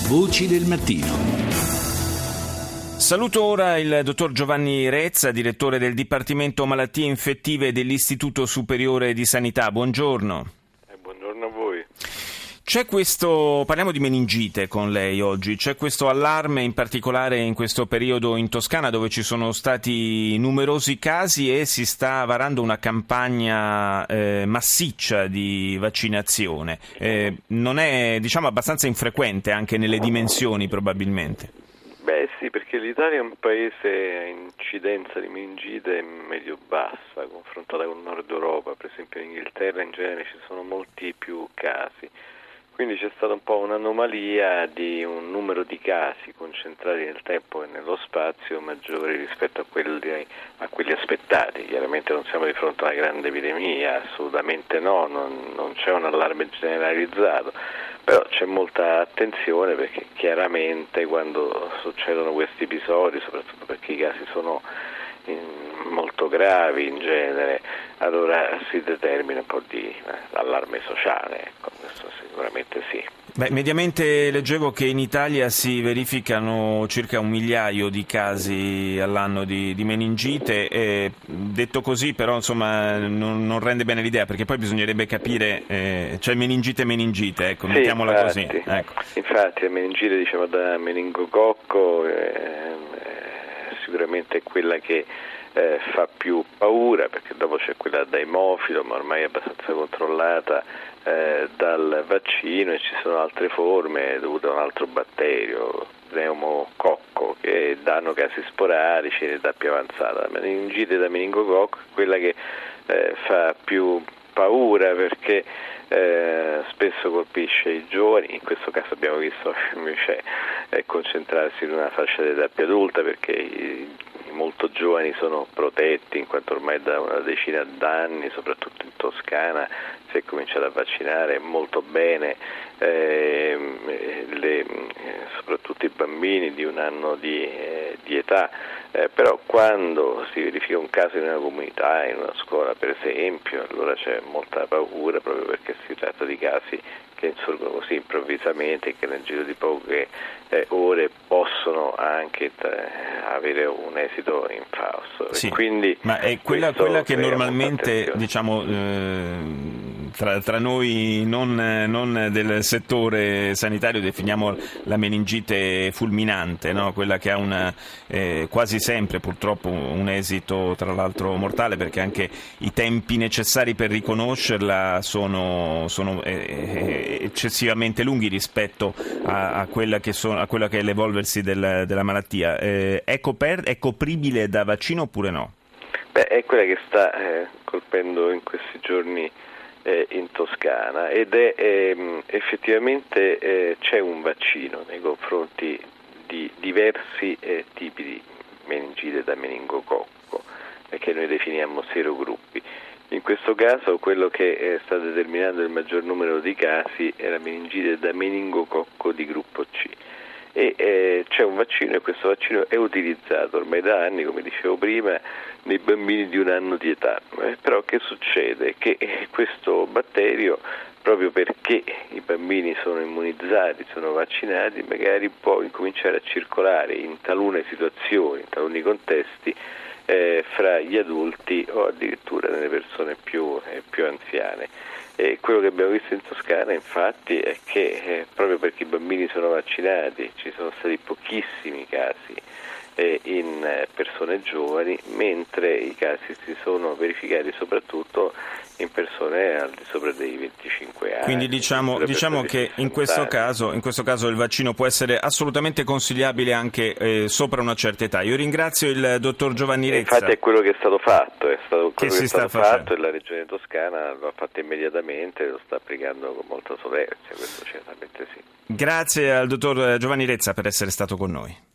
Voci del mattino. Saluto ora il dottor Giovanni Rezza, direttore del Dipartimento Malattie Infettive dell'Istituto Superiore di Sanità. Buongiorno. Buongiorno a voi. Parliamo di meningite con lei oggi, c'è questo allarme in particolare in questo periodo in Toscana dove ci sono stati numerosi casi e si sta varando una campagna massiccia di vaccinazione. Non è, abbastanza infrequente anche nelle dimensioni probabilmente. Beh sì, perché l'Italia è un paese a incidenza di meningite medio-bassa confrontata con il nord Europa, per esempio in Inghilterra in genere ci sono molti più casi. Quindi c'è stata un po' un'anomalia di un numero di casi concentrati nel tempo e nello spazio maggiori rispetto a quelli aspettati. Chiaramente non siamo di fronte a una grande epidemia, assolutamente no, non c'è un allarme generalizzato, però c'è molta attenzione perché chiaramente quando succedono questi episodi, soprattutto perché i casi sono molto gravi in genere, allora si determina un po' di allarme sociale, ecco, questo sicuramente sì. Mediamente leggevo che in Italia si verificano circa 1 migliaio di casi all'anno di meningite, e detto così però non rende bene l'idea, perché poi bisognerebbe capire, c'è meningite, ecco, sì, mettiamola così. Ecco. Infatti la meningite da meningococco sicuramente è quella che fa più paura, perché dopo c'è quella da emofilo, ma ormai è abbastanza controllata dal vaccino, e ci sono altre forme dovute a un altro batterio, pneumococco, che danno casi sporadici in età più avanzata. La meningite da meningococco è quella che fa più paura perché spesso colpisce i giovani, in questo caso abbiamo visto invece concentrarsi in una fascia d'età più adulta, perché i molto giovani sono protetti, in quanto ormai da una decina d'anni, soprattutto in Toscana, si è cominciato a vaccinare molto bene soprattutto i bambini di 1 anno di età, però quando si verifica un caso in una comunità, in una scuola per esempio, allora c'è molta paura, proprio perché si tratta di casi che insorgono così improvvisamente e che nel giro di poche ore possono anche avere un esito infausto. Sì, quindi ma è quella che normalmente tra noi non del settore sanitario definiamo la meningite fulminante, no? Quella che ha quasi sempre purtroppo un esito tra l'altro mortale, perché anche i tempi necessari per riconoscerla sono eccessivamente lunghi rispetto a quella che è l'evolversi della malattia. È copribile da vaccino oppure no? Beh, è quella che sta colpendo in questi giorni in Toscana, ed è effettivamente c'è un vaccino nei confronti di diversi tipi di meningite da meningococco, che noi definiamo serogruppi. In questo caso quello che sta determinando il maggior numero di casi è la meningite da meningococco di gruppo C. E c'è un vaccino, e questo vaccino è utilizzato ormai da anni, come dicevo prima, nei bambini di 1 anno di età. Però che succede? Che questo batterio, proprio perché i bambini sono immunizzati, sono vaccinati, magari può incominciare a circolare in talune situazioni, in taluni contesti, fra gli adulti o addirittura nelle persone più anziane. E quello che abbiamo visto in Toscana infatti è che proprio perché i bambini sono vaccinati ci sono stati pochissimi casi in persone giovani, mentre i casi si sono verificati soprattutto in persone al di sopra dei 25 anni. Quindi diciamo che in questo caso il vaccino può essere assolutamente consigliabile anche sopra una certa età. Io ringrazio il dottor Giovanni Rezza. Infatti è quello che è stato fatto, fatto, e la Regione Toscana lo ha fatto immediatamente e lo sta applicando con molta solerzia, questo certamente sì. Grazie al dottor Giovanni Rezza per essere stato con noi.